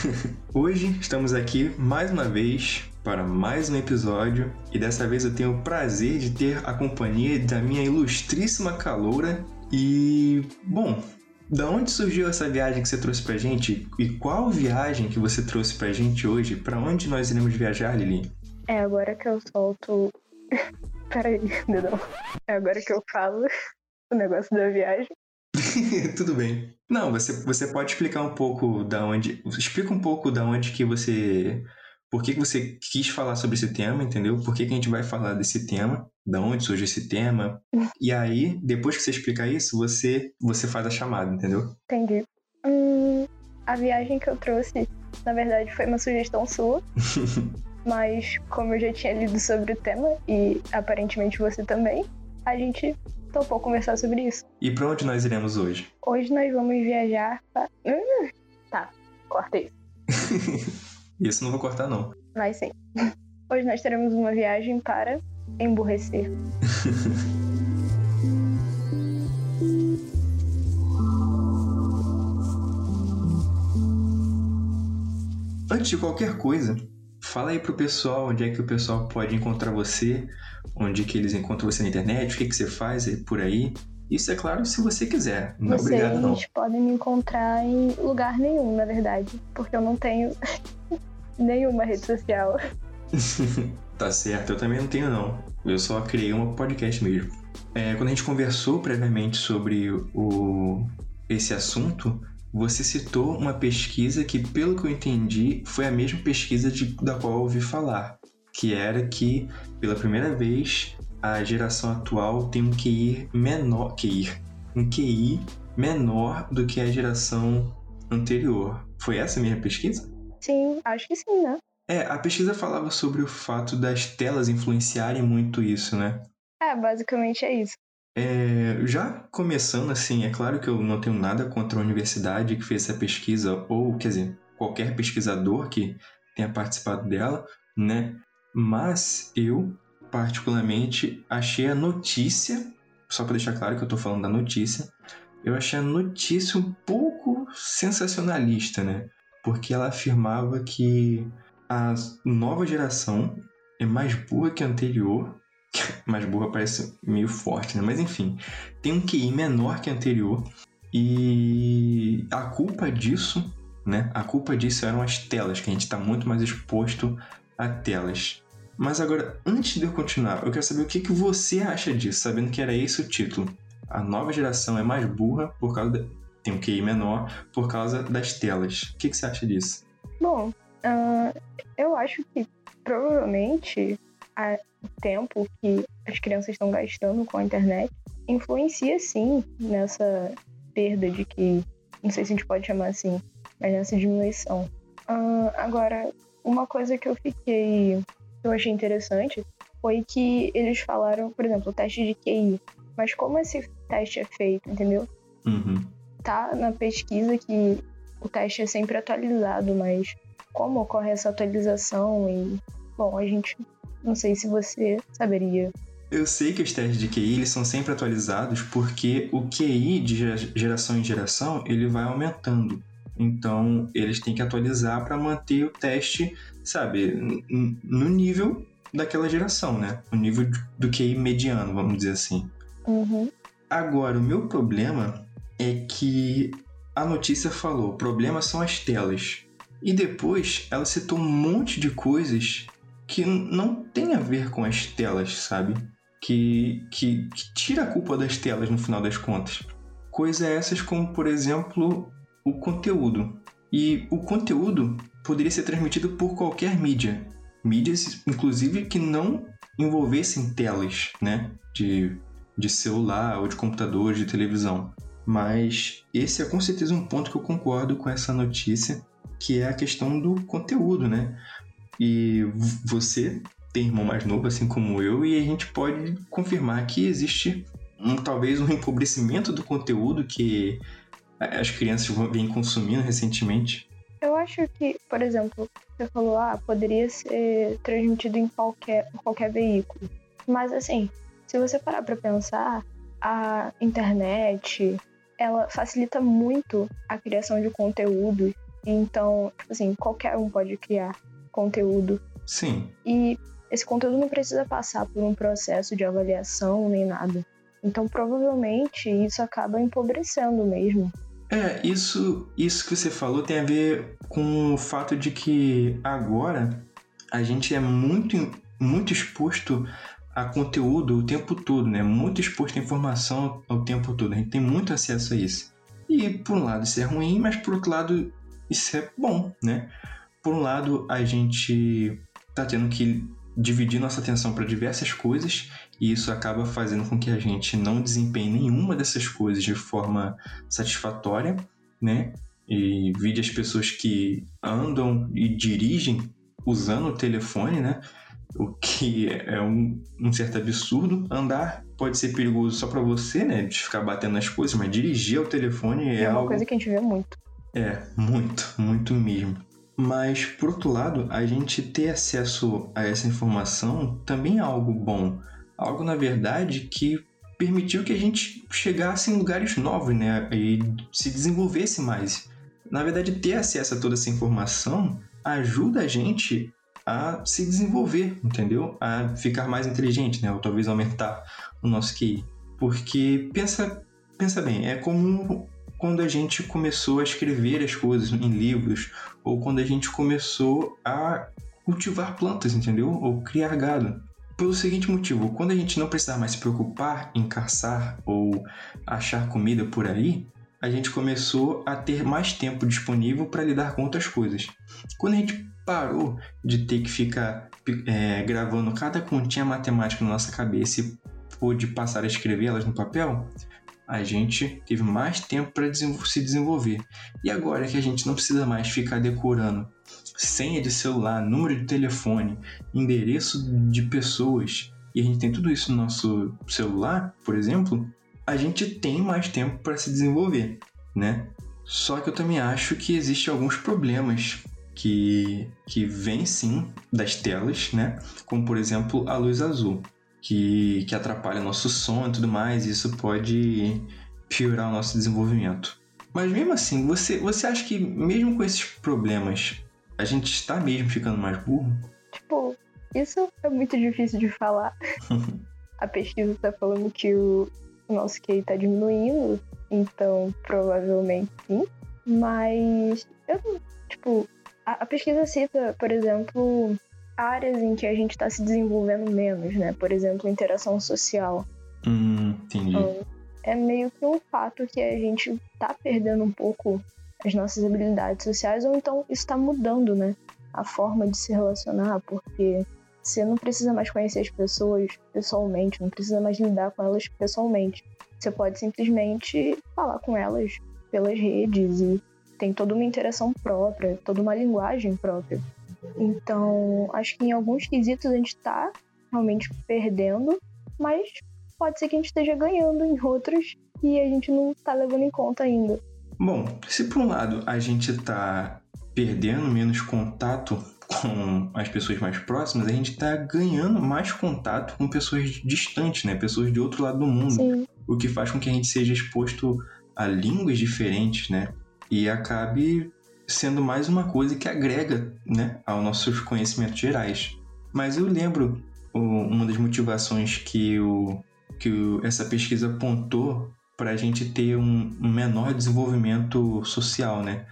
Hoje estamos aqui mais uma vez para mais um episódio e dessa vez eu tenho o prazer de ter a companhia da minha ilustríssima caloura. E, bom, da onde surgiu essa viagem que você trouxe pra gente? E qual viagem que você trouxe pra gente hoje? Pra onde nós iremos viajar, Lili? É agora que eu solto... Peraí, não. É agora que eu falo o negócio da viagem. Tudo bem. Não, você pode explicar um pouco da onde... Explica um pouco da onde que você... Por que você quis falar sobre esse tema, entendeu? Por que a gente vai falar desse tema? Da onde surgiu esse tema? E aí, depois que você explicar isso, você faz a chamada, entendeu? Entendi. A viagem que eu trouxe, na verdade, foi uma sugestão sua. Mas como eu já tinha lido sobre o tema, e aparentemente você também, a gente topou conversar sobre isso. E pra onde nós iremos hoje? Hoje nós vamos viajar para... Tá, corta isso. Isso não vou cortar, não. Vai sim. Hoje nós teremos uma viagem para emburrecer. Antes de qualquer coisa, fala aí pro pessoal onde é que o pessoal pode encontrar você, onde que eles encontram você na internet, o que você faz aí por aí. Isso é claro se você quiser, não é obrigado não. Vocês podem me encontrar em lugar nenhum, na verdade, porque eu não tenho nenhuma rede social. Tá certo, eu também não tenho não. Eu só criei um podcast mesmo. Quando a gente conversou previamente sobre esse assunto, você citou uma pesquisa que, pelo que eu entendi, foi a mesma pesquisa da qual eu ouvi falar, que era que, pela primeira vez, a geração atual tem um QI menor do que a geração anterior. Foi essa a mesma pesquisa? Sim, acho que sim, né? A pesquisa falava sobre o fato das telas influenciarem muito isso, né? Basicamente é isso. Já começando assim, é claro que eu não tenho nada contra a universidade que fez essa pesquisa, ou, quer dizer, qualquer pesquisador que tenha participado dela, né? Mas eu, particularmente, achei a notícia, só para deixar claro que eu tô falando da notícia, eu achei a notícia um pouco sensacionalista, né? Porque ela afirmava que a nova geração é mais burra que a anterior. Mais burra parece meio forte, né? Mas enfim, tem um QI menor que a anterior e a culpa disso, né? A culpa disso eram as telas, que a gente está muito mais exposto a telas. Mas agora, antes de eu continuar, eu quero saber o que você acha disso, sabendo que era esse o título. A nova geração é mais burra por causa tem um QI menor por causa das telas. O que você acha disso? Bom, eu acho que provavelmente o tempo que as crianças estão gastando com a internet influencia sim nessa perda de que, não sei se a gente pode chamar assim, mas nessa diminuição. Agora, uma coisa que eu achei interessante foi que eles falaram, por exemplo, o teste de QI, mas como esse teste é feito, entendeu? Uhum. Tá na pesquisa que o teste é sempre atualizado, mas como ocorre essa atualização e, bom, a gente... Não sei se você saberia. Eu sei que os testes de QI eles são sempre atualizados porque o QI de geração em geração ele vai aumentando. Então, eles têm que atualizar para manter o teste, sabe, no nível daquela geração, né? O nível do QI mediano, vamos dizer assim. Uhum. Agora, o meu problema é que a notícia falou, o problema são as telas. E depois ela citou um monte de coisas que não tem a ver com as telas, sabe? Que tira a culpa das telas no final das contas. Coisas essas como, por exemplo, o conteúdo. E o conteúdo poderia ser transmitido por qualquer mídia. Mídias, inclusive, que não envolvessem telas, né? De celular ou de computador, de televisão. Mas esse é com certeza um ponto que eu concordo com essa notícia, que é a questão do conteúdo, né? E você tem irmão mais novo, assim como eu, e a gente pode confirmar que existe talvez um empobrecimento do conteúdo que as crianças vêm consumindo recentemente. Eu acho que, por exemplo, você falou, poderia ser transmitido em qualquer veículo. Mas assim, se você parar pra pensar, a internet, ela facilita muito a criação de conteúdo Então, tipo assim, qualquer um pode criar conteúdo. Sim. E esse conteúdo não precisa passar por um processo de avaliação nem nada. Então, provavelmente, isso acaba empobrecendo mesmo. Isso que você falou tem a ver com o fato de que agora a gente é muito, muito exposto a conteúdo o tempo todo, né? Muito exposto a informação o tempo todo. A gente tem muito acesso a isso. E, por um lado, isso é ruim, mas, por outro lado, isso é bom, né? Por um lado, a gente tá tendo que dividir nossa atenção para diversas coisas e isso acaba fazendo com que a gente não desempenhe nenhuma dessas coisas de forma satisfatória, né? E vide as pessoas que andam e dirigem usando o telefone, né? O que é um certo absurdo. Andar pode ser perigoso só para você, né? De ficar batendo nas coisas, mas dirigir ao telefone é uma algo... coisa que a gente vê muito. Muito, muito mesmo. Mas, por outro lado, a gente ter acesso a essa informação também é algo bom. Algo, na verdade, que permitiu que a gente chegasse em lugares novos, né? E se desenvolvesse mais. Na verdade, ter acesso a toda essa informação ajuda a gente a se desenvolver, entendeu? A ficar mais inteligente, né? Ou talvez aumentar o nosso QI. Porque, pensa bem, é como quando a gente começou a escrever as coisas em livros, ou quando a gente começou a cultivar plantas, entendeu? Ou criar gado. Pelo seguinte motivo, quando a gente não precisar mais se preocupar em caçar ou achar comida por aí, a gente começou a ter mais tempo disponível para lidar com outras coisas. Quando a gente parou de ter que ficar gravando cada continha matemática na nossa cabeça e pôde passar a escrever elas no papel, a gente teve mais tempo para se desenvolver. E agora que a gente não precisa mais ficar decorando senha de celular, número de telefone, endereço de pessoas, e a gente tem tudo isso no nosso celular, por exemplo, a gente tem mais tempo para se desenvolver, né? Só que eu também acho que existem alguns problemas que vêm sim das telas, né? Como, por exemplo, a luz azul, que atrapalha nosso som e tudo mais, e isso pode piorar o nosso desenvolvimento. Mas mesmo assim, você acha que mesmo com esses problemas, a gente está mesmo ficando mais burro? Tipo, isso é muito difícil de falar. A pesquisa está falando que o nosso QI está diminuindo, então provavelmente sim. Mas, a pesquisa cita, por exemplo, áreas em que a gente está se desenvolvendo menos, né? Por exemplo, interação social. Entendi. Então, é meio que um fato que a gente tá perdendo um pouco as nossas habilidades sociais, ou então isso tá mudando, né? A forma de se relacionar, porque você não precisa mais conhecer as pessoas pessoalmente, não precisa mais lidar com elas pessoalmente. Você pode simplesmente falar com elas pelas redes e tem toda uma interação própria, toda uma linguagem própria. Então, acho que em alguns quesitos a gente tá realmente perdendo, mas pode ser que a gente esteja ganhando em outros e a gente não tá levando em conta ainda. Bom, se por um lado a gente tá perdendo menos contato com as pessoas mais próximas, a gente tá ganhando mais contato com pessoas distantes, né? Pessoas de outro lado do mundo. Sim. O que faz com que a gente seja exposto a línguas diferentes, né? E acabe sendo mais uma coisa que agrega, né, aos nossos conhecimentos gerais. Mas eu lembro uma das motivações que essa pesquisa apontou para a gente ter um menor desenvolvimento social, né?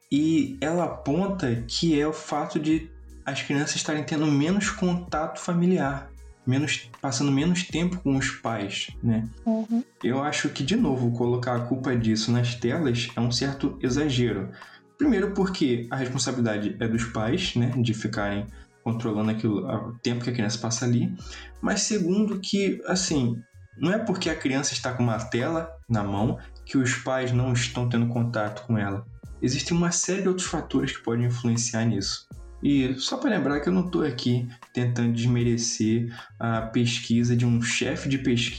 E ela aponta que é o fato de as crianças estarem tendo menos contato familiar, passando menos tempo com os pais, né? Uhum. Eu acho que, de novo, colocar a culpa disso nas telas é um certo exagero. Primeiro porque a responsabilidade é dos pais, né? De ficarem controlando o tempo que a criança passa ali. Mas segundo que, assim, não é porque a criança está com uma tela na mão que os pais não estão tendo contato com ela. Existem uma série de outros fatores que podem influenciar nisso. E só para lembrar que eu não estou aqui tentando desmerecer a pesquisa de um chefe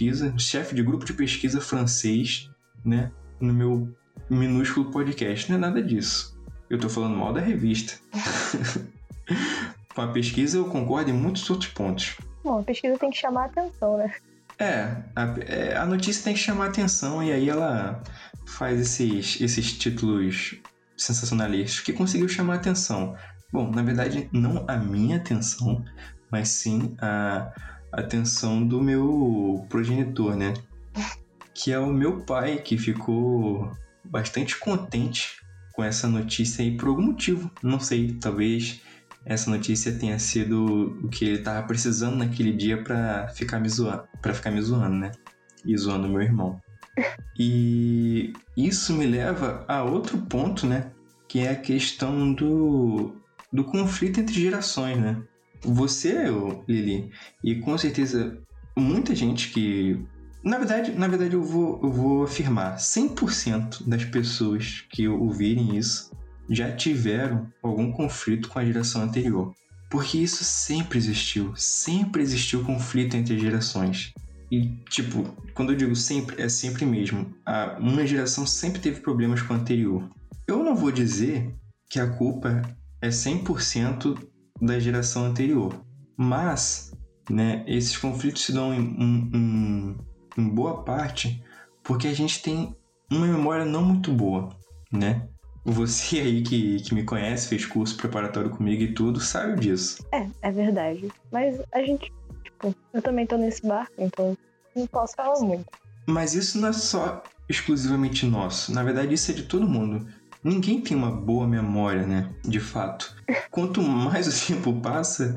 de grupo de pesquisa francês, né, no meu minúsculo podcast. Não é nada disso. Eu estou falando mal da revista. Com a pesquisa eu concordo em muitos outros pontos. Bom, a pesquisa tem que chamar a atenção, né? A notícia tem que chamar a atenção e aí ela faz esses títulos sensacionalistas que conseguiu chamar a atenção. Bom, na verdade, não a minha atenção, mas sim a atenção do meu progenitor, né? Que é o meu pai, que ficou bastante contente com essa notícia aí por algum motivo. Não sei, talvez essa notícia tenha sido o que ele estava precisando naquele dia para ficar me zoando, né? E zoando meu irmão. E isso me leva a outro ponto, né? Que é a questão do conflito entre gerações, né? Você, Lili, e com certeza muita gente que... Na verdade eu vou afirmar, 100% das pessoas que ouvirem isso já tiveram algum conflito com a geração anterior. Porque isso sempre existiu conflito entre as gerações. E, tipo, quando eu digo sempre, é sempre mesmo. Uma geração sempre teve problemas com a anterior. Eu não vou dizer que a culpa é 100% da geração anterior. Mas, né, esses conflitos se dão em boa parte porque a gente tem uma memória não muito boa, né? Você aí que me conhece, fez curso preparatório comigo e tudo, sabe disso. É verdade. Mas a gente, eu também tô nesse barco, então não posso falar muito. Mas isso não é só exclusivamente nosso. Na verdade, isso é de todo mundo. Ninguém tem uma boa memória, né? De fato. Quanto mais o tempo passa,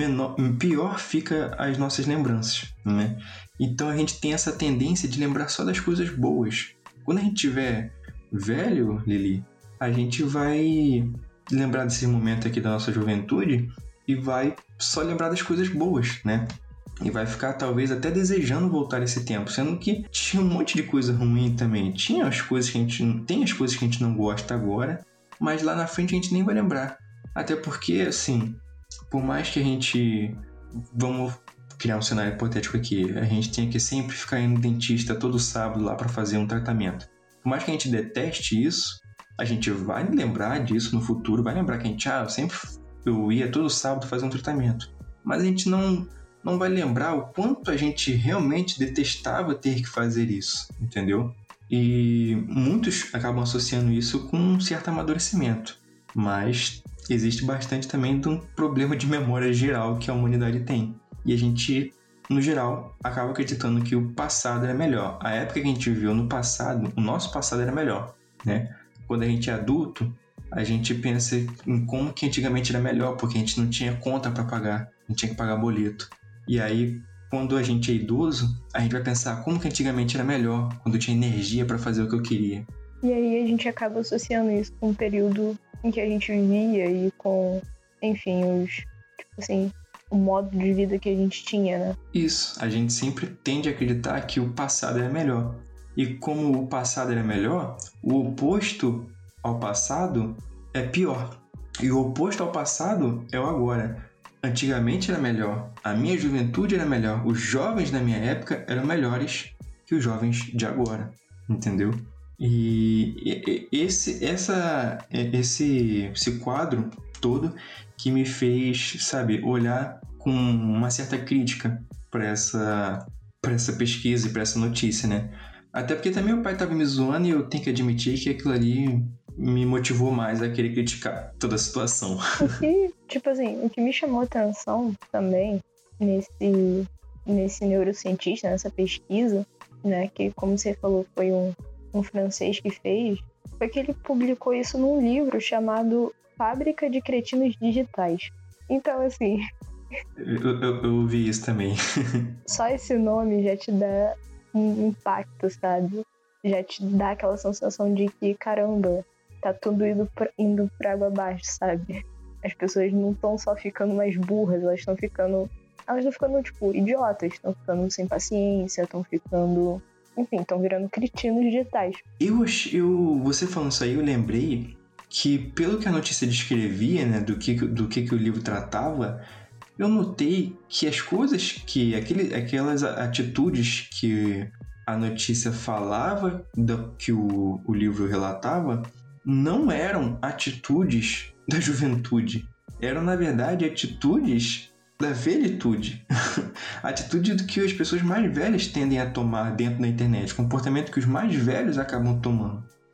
pior fica as nossas lembranças, né? Então a gente tem essa tendência de lembrar só das coisas boas. Quando a gente tiver velho, Lili, a gente vai lembrar desse momento aqui da nossa juventude e vai só lembrar das coisas boas, né? E vai ficar talvez até desejando voltar esse tempo, sendo que tinha um monte de coisa ruim também. Tem as coisas que a gente não gosta agora, mas lá na frente a gente nem vai lembrar. Até porque, assim, por mais que a gente... Vamos criar um cenário hipotético aqui. A gente tem que sempre ficar indo no dentista todo sábado lá para fazer um tratamento. Por mais que a gente deteste isso, a gente vai lembrar disso no futuro, vai lembrar que a gente, eu ia todo sábado fazer um tratamento. Mas a gente não vai lembrar o quanto a gente realmente detestava ter que fazer isso, entendeu? E muitos acabam associando isso com um certo amadurecimento. Mas existe bastante também de um problema de memória geral que a humanidade tem. E a gente, no geral, acaba acreditando que o passado era melhor. A época que a gente viveu no passado, o nosso passado era melhor, né? Quando a gente é adulto, a gente pensa em como que antigamente era melhor, porque a gente não tinha conta para pagar, não tinha que pagar boleto. E aí, quando a gente é idoso, a gente vai pensar como que antigamente era melhor, quando eu tinha energia para fazer o que eu queria. E aí a gente acaba associando isso com o período em que a gente vivia e com, enfim, o modo de vida que a gente tinha, né? Isso, a gente sempre tende a acreditar que o passado era melhor. E como o passado era melhor, o oposto ao passado é pior. E o oposto ao passado é o agora. Antigamente era melhor, a minha juventude era melhor, os jovens da minha época eram melhores que os jovens de agora, entendeu? E esse quadro todo que me fez, sabe, olhar com uma certa crítica para essa pesquisa e para essa notícia, né? Até porque também o pai estava me zoando e eu tenho que admitir que aquilo ali me motivou mais a querer criticar toda a situação. O que me chamou atenção também nesse neurocientista, nessa pesquisa, né, que, como você falou, foi um francês que fez, foi que ele publicou isso num livro chamado Fábrica de Cretinos Digitais. Então, assim... Eu ouvi isso também. Só esse nome já te dá um impacto, sabe? Já te dá aquela sensação de que, caramba, tá tudo indo pra água abaixo, sabe? As pessoas não estão só ficando mais burras, elas estão ficando, tipo, idiotas, estão ficando sem paciência, estão ficando... Enfim, estão virando cretinos digitais. Você falando isso aí, eu lembrei que, pelo que a notícia descrevia, né, do que o livro tratava, eu notei que as coisas aquelas atitudes que a notícia falava, que o livro relatava, não eram atitudes da juventude. Eram, na verdade, atitudes da velhitude. Atitude do que as pessoas mais velhas tendem a tomar dentro da internet. Comportamento que os mais velhos acabam tomando.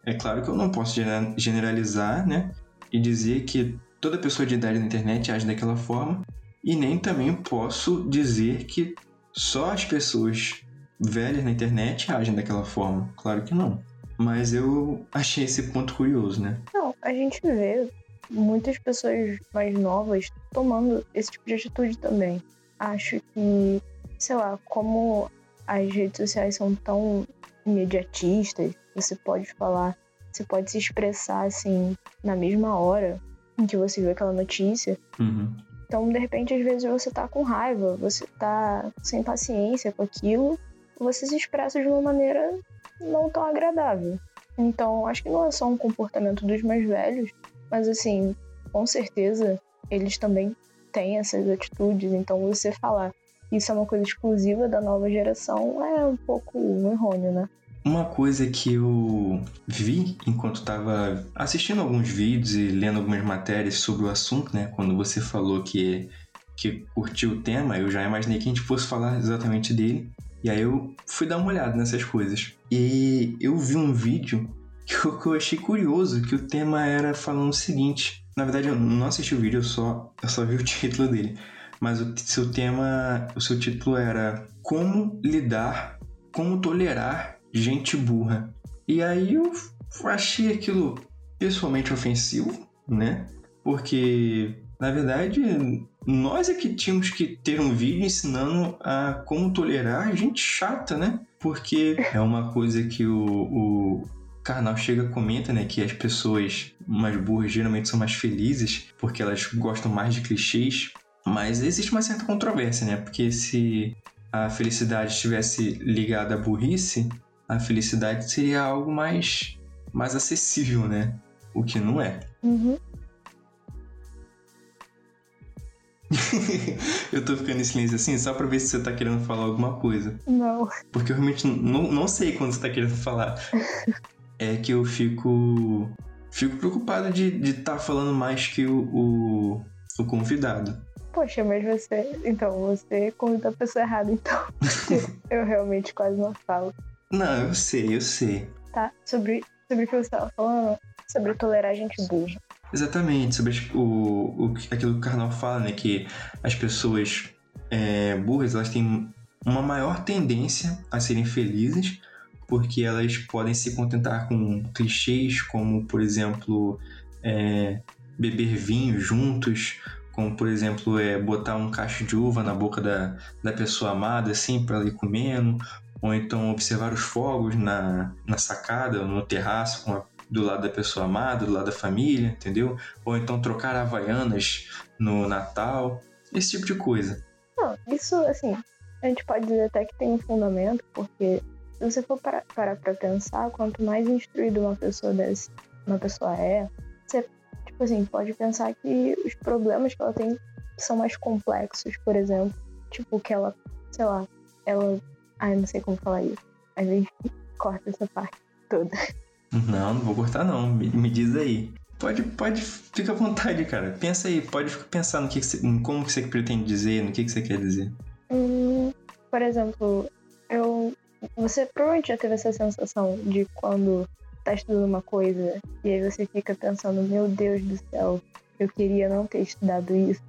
É claro que eu não posso generalizar, né? E dizer que toda pessoa de idade na internet age daquela forma, e nem também posso dizer que só as pessoas velhas na internet agem daquela forma. Claro que não. Mas eu achei esse ponto curioso, né? Não, a gente vê muitas pessoas mais novas tomando esse tipo de atitude também. Acho que, sei lá, como as redes sociais são tão imediatistas, você pode falar, você pode se expressar assim na mesma hora em que você viu aquela notícia. Uhum. Então, de repente, às vezes você tá com raiva, você tá sem paciência com aquilo, você se expressa de uma maneira não tão agradável. Então, acho que não é só um comportamento dos mais velhos, mas assim, com certeza, eles também têm essas atitudes. Então, você falar que isso é uma coisa exclusiva da nova geração é um pouco errôneo, né? Uma coisa que eu vi enquanto estava assistindo alguns vídeos e lendo algumas matérias sobre o assunto, né? Quando você falou que curtiu o tema, eu já imaginei que a gente fosse falar exatamente dele. E aí eu fui dar uma olhada nessas coisas. E eu vi um vídeo que eu achei curioso, que o tema era falando o seguinte. Na verdade, eu não assisti o vídeo, eu só vi o título dele. Mas o seu título era Como tolerar gente burra. E aí eu achei aquilo pessoalmente ofensivo, né? Porque, na verdade, nós é que tínhamos que ter um vídeo ensinando a como tolerar gente chata, né? Porque é uma coisa que o Karnal comenta, né? Que as pessoas mais burras geralmente são mais felizes porque elas gostam mais de clichês. Mas existe uma certa controvérsia, né? Porque se a felicidade estivesse ligada à burrice, a felicidade seria algo mais acessível, né? O que não é. Uhum. Eu tô ficando em silêncio assim só pra ver se você tá querendo falar alguma coisa. Não. Porque eu realmente não sei quando você tá querendo falar. É que eu fico preocupado de tá falando mais que o convidado. Poxa, mas você convidou a pessoa errada, então. Eu realmente quase não falo. Não, eu sei. Tá, sobre o que você estava falando, sobre tolerar gente burra. Exatamente, sobre aquilo que o Karnal fala, né? Que as pessoas burras, elas têm uma maior tendência a serem felizes, porque elas podem se contentar com clichês, como, por exemplo, beber vinho juntos, como, por exemplo, botar um cacho de uva na boca da pessoa amada, assim, para ela ir comendo, ou então observar os fogos na sacada, no terraço, do lado da pessoa amada, do lado da família, entendeu? Ou então trocar havaianas no Natal, esse tipo de coisa. Não, isso, assim, a gente pode dizer até que tem um fundamento, porque se você for parar pra pensar, quanto mais instruída uma pessoa é, você, tipo assim, pode pensar que os problemas que ela tem são mais complexos, por exemplo. Tipo, que ela, sei lá, ai, não sei como falar isso. A gente corta essa parte toda. Não vou cortar não, me diz aí. Pode, fica à vontade, cara. Pensa aí, pode pensar em como que você pretende dizer, no que você quer dizer. Por exemplo, você provavelmente já teve essa sensação de quando tá estudando uma coisa e aí você fica pensando, meu Deus do céu, eu queria não ter estudado isso.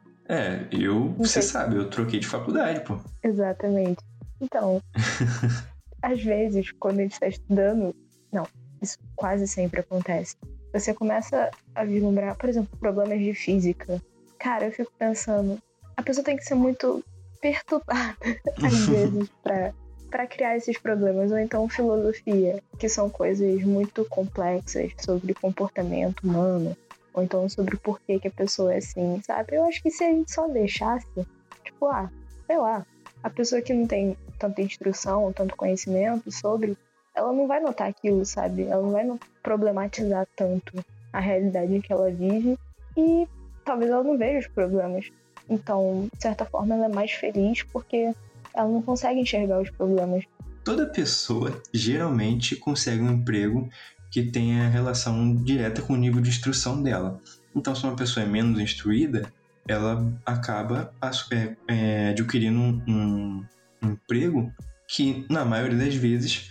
Você sabe, eu troquei de faculdade, pô. Exatamente. Então, às vezes, quando a gente tá estudando, não, isso quase sempre acontece. Você começa a vislumbrar, por exemplo, problemas de física. Cara, eu fico pensando, a pessoa tem que ser muito perturbada, às vezes, pra criar esses problemas. Ou então filosofia, que são coisas muito complexas sobre comportamento humano. Ou então sobre o porquê que a pessoa é assim, sabe? Eu acho que se a gente só deixasse, tipo, sei lá, a pessoa que não tem tanta instrução, tanto conhecimento sobre, ela não vai notar aquilo, sabe? Ela não vai problematizar tanto a realidade em que ela vive e talvez ela não veja os problemas. Então, de certa forma, ela é mais feliz porque ela não consegue enxergar os problemas. Toda pessoa geralmente consegue um emprego que tenha relação direta com o nível de instrução dela. Então, se uma pessoa é menos instruída, ela acaba adquirindo um emprego que, na maioria das vezes,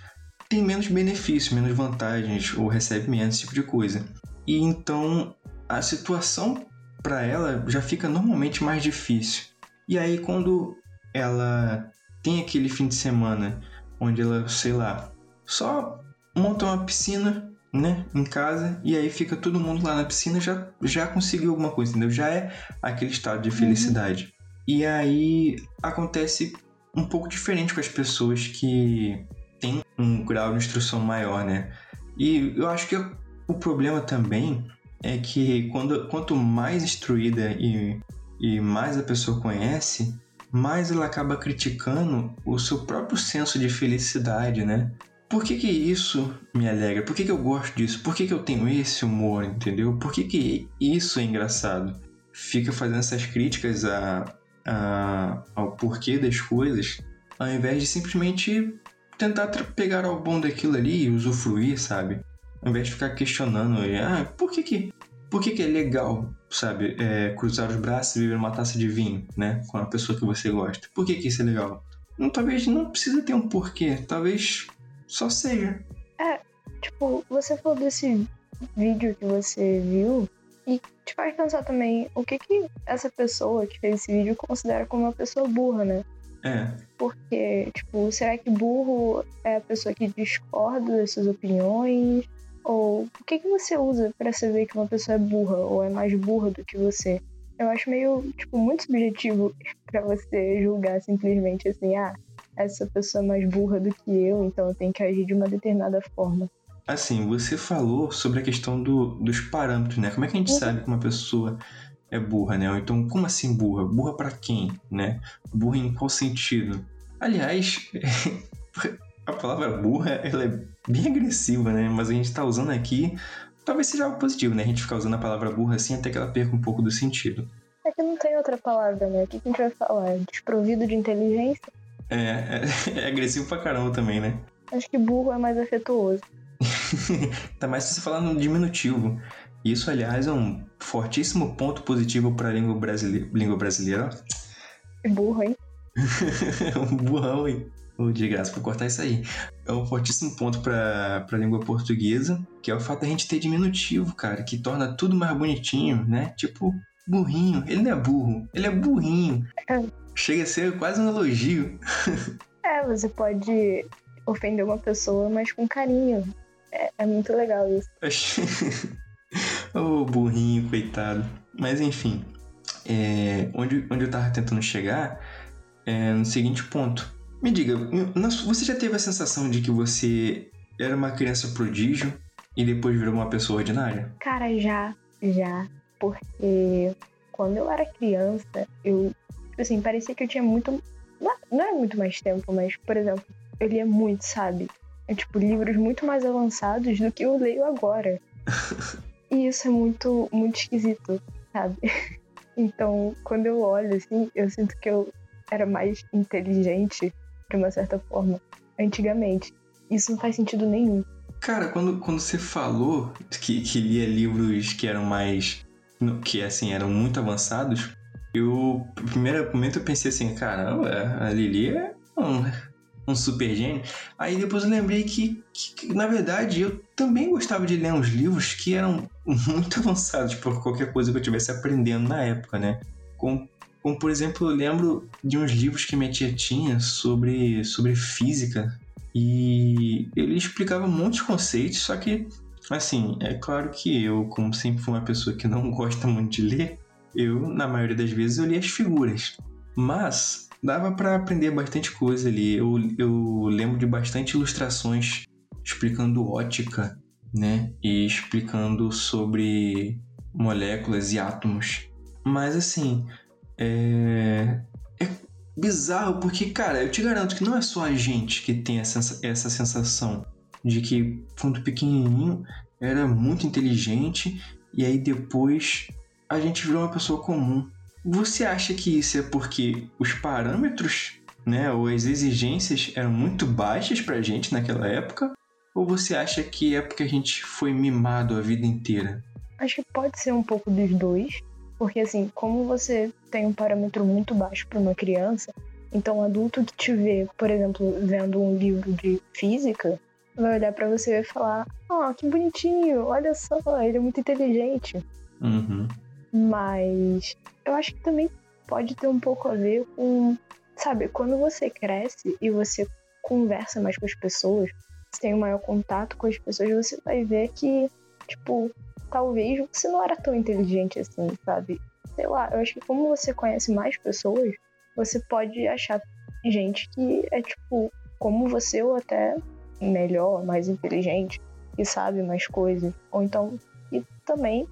tem menos benefícios, menos vantagens, ou recebe menos, esse tipo de coisa. E então a situação para ela já fica normalmente mais difícil. E aí quando ela tem aquele fim de semana onde ela, sei lá, só monta uma piscina, né, em casa, e aí fica todo mundo lá na piscina, já conseguiu alguma coisa, entendeu? Já é aquele estado de felicidade. E aí acontece um pouco diferente com as pessoas que têm um grau de instrução maior, né? E eu acho que o problema também é que quanto mais instruída e mais a pessoa conhece, mais ela acaba criticando o seu próprio senso de felicidade, né? Por que isso me alegra? Por que eu gosto disso? Por que eu tenho esse humor, entendeu? Por que isso é engraçado? Fica fazendo essas críticas ao porquê das coisas, ao invés de simplesmente tentar pegar ao bom daquilo ali e usufruir, sabe? Ao invés de ficar questionando, por que é legal, sabe? Cruzar os braços e beber uma taça de vinho, né? Com a pessoa que você gosta. Por que isso é legal? Talvez não precisa ter um porquê, talvez só seja. Tipo, você falou desse vídeo que você viu e te faz pensar também o que essa pessoa que fez esse vídeo considera como uma pessoa burra, né? Porque, tipo, será que burro é a pessoa que discorda das suas opiniões? Ou o que você usa pra saber que uma pessoa é burra ou é mais burra do que você? Eu acho meio, tipo, muito subjetivo pra você julgar simplesmente assim, essa pessoa é mais burra do que eu, então eu tenho que agir de uma determinada forma. Assim, você falou sobre a questão dos parâmetros, né? Como é que a gente sabe que uma pessoa é burra, né? Ou então, como assim burra? Burra pra quem, né? Burra em qual sentido? Aliás, a palavra burra, ela é bem agressiva, né? Mas a gente tá usando aqui, talvez seja algo positivo, né? A gente ficar usando a palavra burra assim até que ela perca um pouco do sentido. É que não tem outra palavra, né? O que a gente vai falar? Desprovido de inteligência? É agressivo pra caramba também, né? Acho que burro é mais afetuoso. Tá mais se você falar no diminutivo. Isso, aliás, é um fortíssimo ponto positivo para a língua brasileira. Que burro, hein? Um burrão, hein? De graça pra cortar isso aí. É um fortíssimo ponto para a língua portuguesa, que é o fato da gente ter diminutivo, cara, que torna tudo mais bonitinho, né? Tipo, burrinho. Ele não é burro, ele é burrinho. Chega a ser quase um elogio. Você pode ofender uma pessoa, mas com carinho. É muito legal isso. Ô, burrinho, coitado. Mas enfim, onde eu tava tentando chegar é no seguinte ponto. Me diga, você já teve a sensação de que você era uma criança prodígio e depois virou uma pessoa ordinária? Cara, já. Porque quando eu era criança, eu, assim, parecia que eu tinha muito... Não é muito mais tempo, mas, por exemplo, eu lia muito, sabe? Livros muito mais avançados do que eu leio agora. E isso é muito, muito esquisito, sabe? Então, quando eu olho, assim, eu sinto que eu era mais inteligente, de uma certa forma, antigamente. Isso não faz sentido nenhum. Cara, quando você falou que lia livros que eram mais... que, assim, eram muito avançados, no primeiro momento eu pensei assim, caramba, a Lili é um super gênio. Aí depois eu lembrei que, na verdade, eu também gostava de ler uns livros que eram muito avançados por qualquer coisa que eu estivesse aprendendo na época, né? Como, por exemplo, eu lembro de uns livros que minha tia tinha sobre física e ele explicava um monte de conceitos, só que, assim, é claro que eu, como sempre fui uma pessoa que não gosta muito de ler, na maioria das vezes, eu lia as figuras. Mas dava para aprender bastante coisa ali. Eu lembro de bastante ilustrações explicando ótica, né? E explicando sobre moléculas e átomos. Mas assim, é bizarro porque, cara, eu te garanto que não é só a gente que tem essa sensação de que, quando pequenininho, era muito inteligente e aí depois a gente virou uma pessoa comum. Você acha que isso é porque os parâmetros, né, ou as exigências eram muito baixas pra gente naquela época? Ou você acha que é porque a gente foi mimado a vida inteira? Acho que pode ser um pouco dos dois. Porque, assim, como você tem um parâmetro muito baixo para uma criança, então um adulto que te vê, por exemplo, vendo um livro de física, vai olhar pra você e vai falar: "Oh, que bonitinho, olha só, ele é muito inteligente". Uhum. Mas eu acho que também pode ter um pouco a ver com, sabe, quando você cresce e você conversa mais com as pessoas, você tem um maior contato com as pessoas, você vai ver que, tipo, talvez você não era tão inteligente assim, sabe? Sei lá, eu acho que como você conhece mais pessoas, você pode achar gente que é, tipo, como você ou até melhor, mais inteligente, que sabe mais coisas. Ou então, e também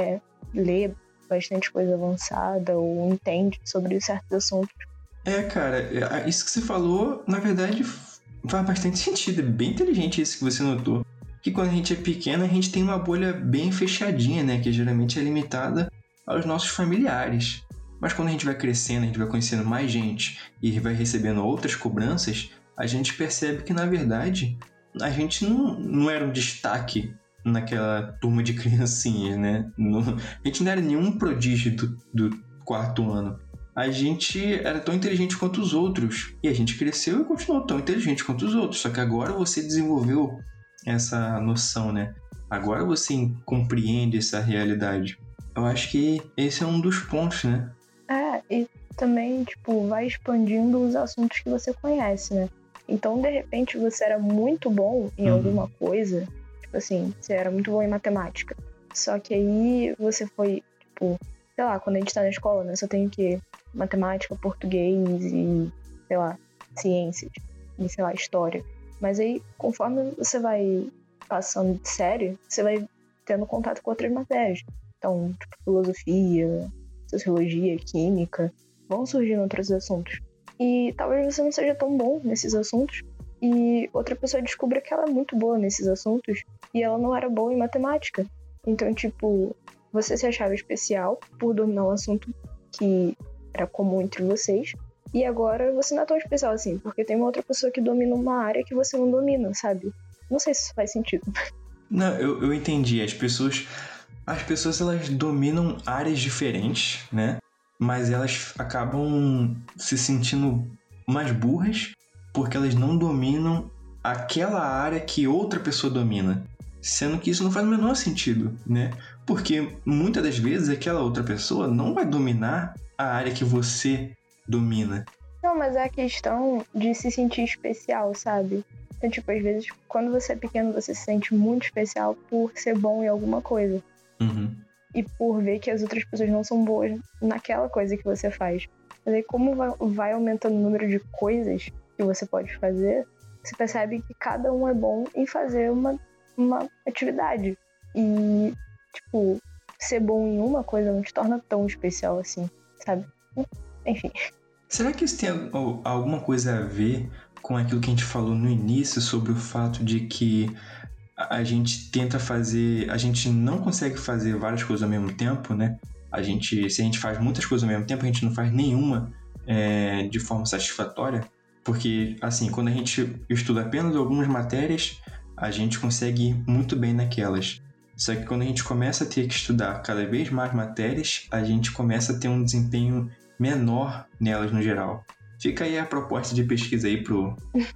lê bastante coisa avançada ou entende sobre certos assuntos. Cara, isso que você falou, na verdade, faz bastante sentido. É bem inteligente isso que você notou. Que quando a gente é pequeno, a gente tem uma bolha bem fechadinha, né? Que geralmente é limitada aos nossos familiares. Mas quando a gente vai crescendo, a gente vai conhecendo mais gente e vai recebendo outras cobranças, a gente percebe que, na verdade, a gente não era um destaque naquela turma de criancinhas, né? A gente não era nenhum prodígio do quarto ano. A gente era tão inteligente quanto os outros. E a gente cresceu e continuou tão inteligente quanto os outros. Só que agora você desenvolveu essa noção, né? Agora você compreende essa realidade. Eu acho que esse é um dos pontos, né? E também, tipo, vai expandindo os assuntos que você conhece, né? Então, de repente, você era muito bom em alguma coisa. Tipo assim, você era muito bom em matemática. Só que aí você foi, tipo, sei lá, quando a gente tá na escola, né? Só tem o quê? Matemática, português e, sei lá, ciências. E, sei lá, história. Mas aí, conforme você vai passando de série, você vai tendo contato com outras matérias. Então, tipo, filosofia, sociologia, química, vão surgindo outros assuntos. E talvez você não seja tão bom nesses assuntos e outra pessoa descubra que ela é muito boa nesses assuntos e ela não era boa em matemática. Então, tipo, você se achava especial por dominar um assunto que era comum entre vocês e agora você não é tão especial assim, porque tem uma outra pessoa que domina uma área que você não domina, sabe? Não sei se isso faz sentido. Não, eu entendi. As pessoas elas dominam áreas diferentes, né? Mas elas acabam se sentindo mais burras porque elas não dominam aquela área que outra pessoa domina. Sendo que isso não faz o menor sentido, né? Porque muitas das vezes aquela outra pessoa não vai dominar a área que você domina. Não, mas é a questão de se sentir especial, sabe? Então, tipo, às vezes, quando você é pequeno, você se sente muito especial por ser bom em alguma coisa. Uhum. E por ver que as outras pessoas não são boas naquela coisa que você faz. Mas aí, como vai aumentando o número de coisas que você pode fazer, você percebe que cada um é bom em fazer uma atividade. E, tipo, ser bom em uma coisa não te torna tão especial assim, sabe? Enfim. Será que isso tem alguma coisa a ver com aquilo que a gente falou no início sobre o fato de que a gente tenta fazer, a gente não consegue fazer várias coisas ao mesmo tempo, né? Se a gente faz muitas coisas ao mesmo tempo, a gente não faz nenhuma de forma satisfatória, porque, assim, quando a gente estuda apenas algumas matérias, a gente consegue ir muito bem naquelas. Só que quando a gente começa a ter que estudar cada vez mais matérias, a gente começa a ter um desempenho menor nelas no geral. Fica aí a proposta de pesquisa aí pro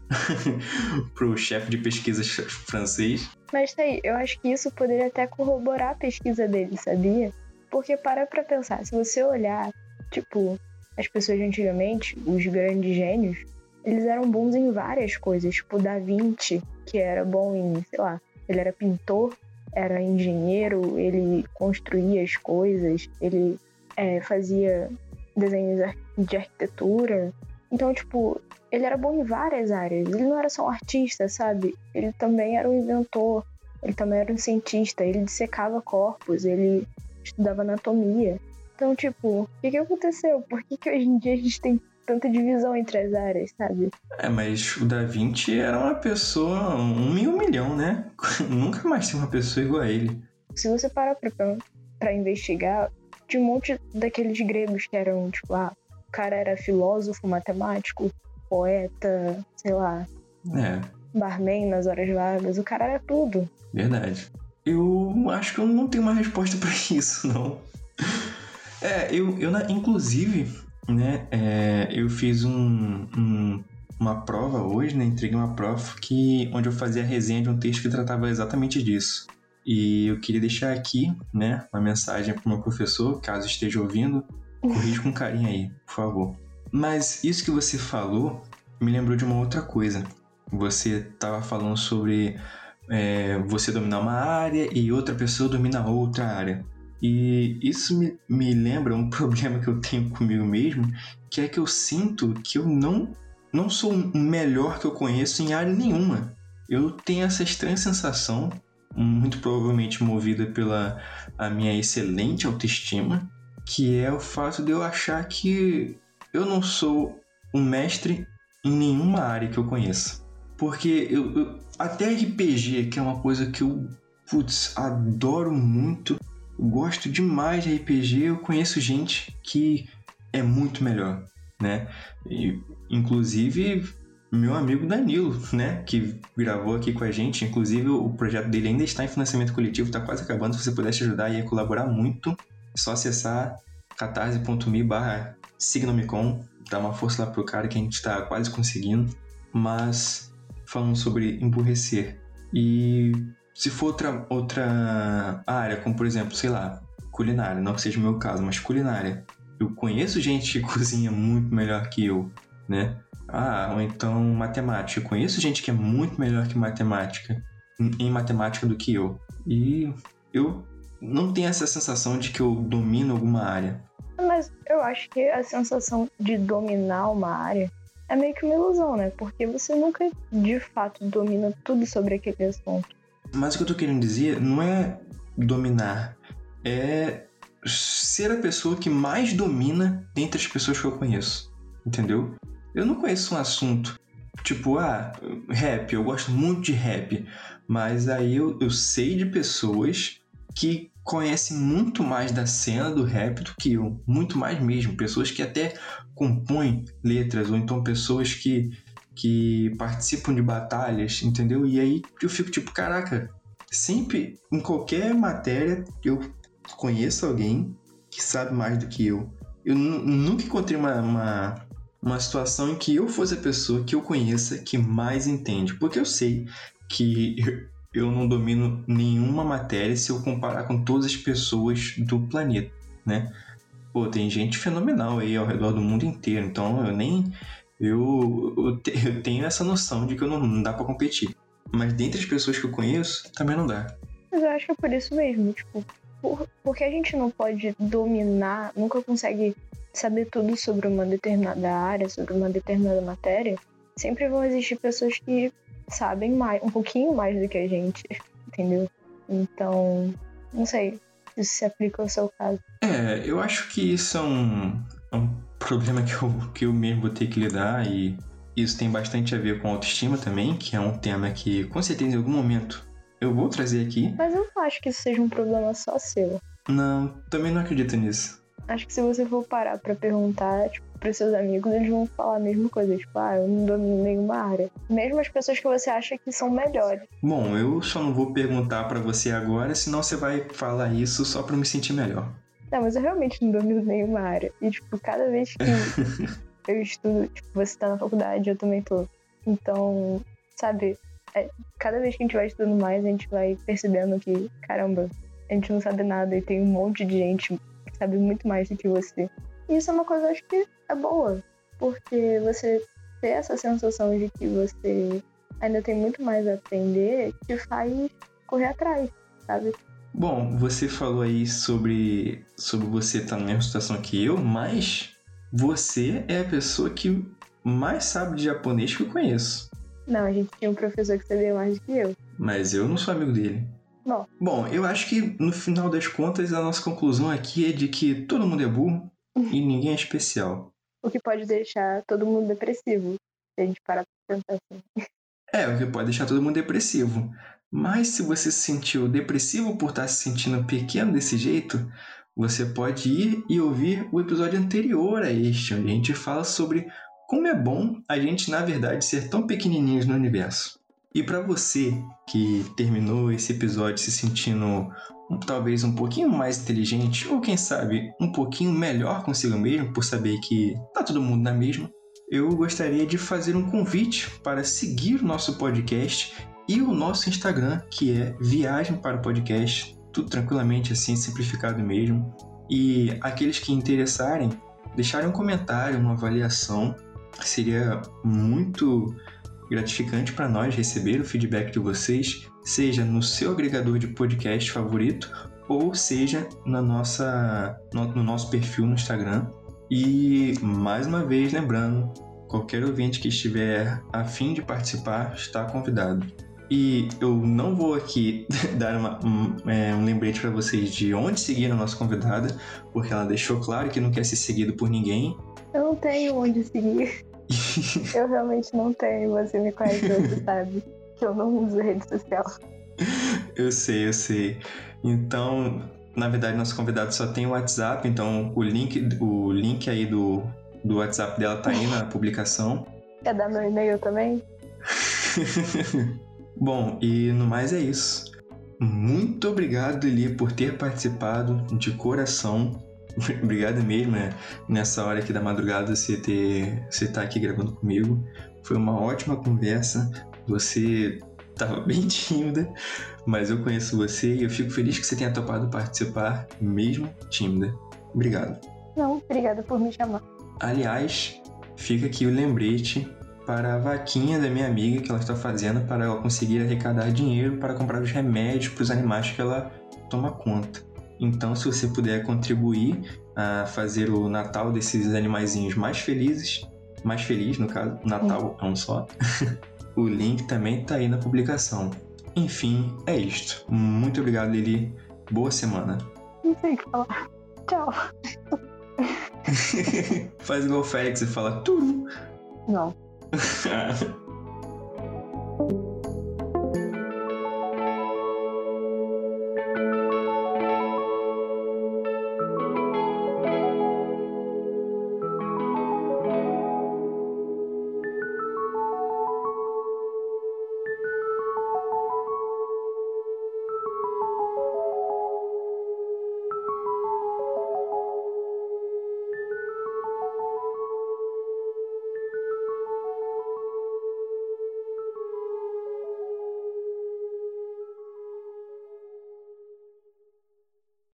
chefe de pesquisas francês. Mas tá aí, eu acho que isso poderia até corroborar a pesquisa dele, sabia? Porque para pra pensar, se você olhar, tipo, as pessoas de antigamente, os grandes gênios, eles eram bons em várias coisas. Tipo, Da Vinci, que era bom em, sei lá, ele era pintor, era engenheiro, ele construía as coisas, ele fazia desenhos de arquitetura. Então, tipo, ele era bom em várias áreas. Ele não era só um artista, sabe? Ele também era um inventor, ele também era um cientista, ele dissecava corpos, ele estudava anatomia. Então, tipo, o que aconteceu? Por que hoje em dia a gente tem tanta divisão entre as áreas, sabe? Mas o Da Vinci era uma pessoa, 1 em 1 milhão, né? Nunca mais tem uma pessoa igual a ele. Se você parar pra investigar, tinha um monte daqueles gregos que eram, tipo, o cara era filósofo, matemático, poeta, sei lá, barman nas horas vagas, o cara era tudo. Verdade. Eu acho que eu não tenho uma resposta pra isso, não. Inclusive, né, eu fiz um uma prova hoje, né? Entreguei uma prova onde eu fazia a resenha de um texto que tratava exatamente disso. E eu queria deixar aqui, né, uma mensagem para o meu professor, caso esteja ouvindo, corrija com carinho aí, por favor. Mas isso que você falou me lembrou de uma outra coisa. Você estava falando sobre você dominar uma área e outra pessoa dominar outra área. E isso me lembra um problema que eu tenho comigo mesmo, que é que eu sinto que eu não sou o melhor que eu conheço em área nenhuma. Eu tenho essa estranha sensação, muito provavelmente movida pela a minha excelente autoestima, que é o fato de eu achar que eu não sou um mestre em nenhuma área que eu conheça. Porque até RPG, que é uma coisa que eu adoro muito, eu gosto demais de RPG, eu conheço gente que é muito melhor, né? E, inclusive, meu amigo Danilo, né? Que gravou aqui com a gente. Inclusive, o projeto dele ainda está em financiamento coletivo, está quase acabando. Se você pudesse ajudar e colaborar muito, é só acessar catarse.me/signomicon, dar uma força lá pro cara que a gente está quase conseguindo. Mas, falando sobre emburrecer, e se for outra área, como por exemplo, sei lá, culinária, não que seja o meu caso, mas culinária, eu conheço gente que cozinha muito melhor que eu, né? Ou então matemática, eu conheço gente que é muito melhor que matemática, em matemática do que eu. E eu não tenho essa sensação de que eu domino alguma área. Mas eu acho que a sensação de dominar uma área é meio que uma ilusão, né? Porque você nunca, de fato, domina tudo sobre aquele assunto. Mas o que eu tô querendo dizer não é dominar, é ser a pessoa que mais domina dentre as pessoas que eu conheço, entendeu? Eu não conheço um assunto, tipo, rap, eu gosto muito de rap, mas aí eu sei de pessoas que conhecem muito mais da cena do rap do que eu, muito mais mesmo, pessoas que até compõem letras, ou então pessoas que participam de batalhas, entendeu? E aí eu fico tipo, caraca, sempre, em qualquer matéria, eu conheço alguém que sabe mais do que eu. Eu nunca encontrei uma situação em que eu fosse a pessoa que eu conheça que mais entende, porque eu sei que eu não domino nenhuma matéria se eu comparar com todas as pessoas do planeta, né? Pô, tem gente fenomenal aí ao redor do mundo inteiro, então eu tenho essa noção de que não dá pra competir. Mas dentre as pessoas que eu conheço, também não dá. Mas eu acho que é por isso mesmo, tipo, porque a gente não pode dominar, nunca consegue saber tudo sobre uma determinada área, sobre uma determinada matéria. Sempre vão existir pessoas que sabem mais, um pouquinho mais do que a gente, entendeu? Então, não sei se isso se aplica ao seu caso. Eu acho que isso é um problema que eu mesmo vou ter que lidar, e isso tem bastante a ver com autoestima também, que é um tema que, com certeza, em algum momento eu vou trazer aqui. Mas eu não acho que isso seja um problema só seu. Não, também não acredito nisso. Acho que se você for parar pra perguntar, tipo, pros seus amigos, eles vão falar a mesma coisa. Tipo, eu não domino nenhuma área. Mesmo as pessoas que você acha que são melhores. Bom, eu só não vou perguntar pra você agora, senão você vai falar isso só pra me sentir melhor. Não, mas eu realmente não domino nenhuma área. E, tipo, cada vez que eu estudo, tipo, você tá na faculdade, eu também tô. Então, sabe, cada vez que a gente vai estudando mais, a gente vai percebendo que, caramba, a gente não sabe nada e tem um monte de gente que sabe muito mais do que você. E isso é uma coisa, acho que é boa, porque você ter essa sensação de que você ainda tem muito mais a aprender, te faz correr atrás, sabe? Bom, você falou aí sobre você estar na mesma situação que eu, mas você é a pessoa que mais sabe de japonês que eu conheço. Não, a gente tinha um professor que sabia mais do que eu. Mas eu não sou amigo dele. Não. Bom, eu acho que no final das contas a nossa conclusão aqui é de que todo mundo é burro e ninguém é especial. O que pode deixar todo mundo depressivo, se a gente parar pra pensar assim. O que pode deixar todo mundo depressivo. Mas se você se sentiu depressivo por estar se sentindo pequeno desse jeito, você pode ir e ouvir o episódio anterior a este, onde a gente fala sobre como é bom a gente, na verdade, ser tão pequenininhos no universo. E para você que terminou esse episódio se sentindo talvez um pouquinho mais inteligente, ou quem sabe um pouquinho melhor consigo mesmo, por saber que tá todo mundo na mesma, eu gostaria de fazer um convite para seguir o nosso podcast e o nosso Instagram, que é Viagem para o Podcast, tudo tranquilamente assim, simplificado mesmo. E aqueles que interessarem, deixarem um comentário, uma avaliação, seria muito gratificante para nós receber o feedback de vocês, seja no seu agregador de podcast favorito ou seja no nosso perfil no Instagram. E mais uma vez lembrando, qualquer ouvinte que estiver a fim de participar está convidado. E eu não vou aqui dar um lembrete para vocês de onde seguir a nossa convidada, porque ela deixou claro que não quer ser seguido por ninguém. Eu não tenho onde seguir. Eu realmente não tenho. Você me conhece, você sabe que eu não uso rede social. Eu sei. Então, na verdade, nosso convidado só tem o WhatsApp, então o link aí do WhatsApp dela tá aí na publicação. Quer dar meu e-mail também? Bom, e no mais é isso. Muito obrigado, Lili, por ter participado de coração. Obrigado mesmo, né? Nessa hora aqui da madrugada você tá aqui gravando comigo. Foi uma ótima conversa. Você tava bem tímida, mas eu conheço você e eu fico feliz que você tenha topado participar, mesmo tímida. Obrigado. Não, obrigada por me chamar. Aliás, fica aqui o lembrete para a vaquinha da minha amiga que ela está fazendo para ela conseguir arrecadar dinheiro para comprar os remédios para os animais que ela toma conta. Então, se você puder contribuir a fazer o Natal desses animaizinhos mais feliz no caso, o Natal é um só, o link também está aí na publicação. Enfim, é isto. Muito obrigado, Lili. Boa semana. Não sei o que falar. Tchau. Faz igual o Félix e fala tudo. Não.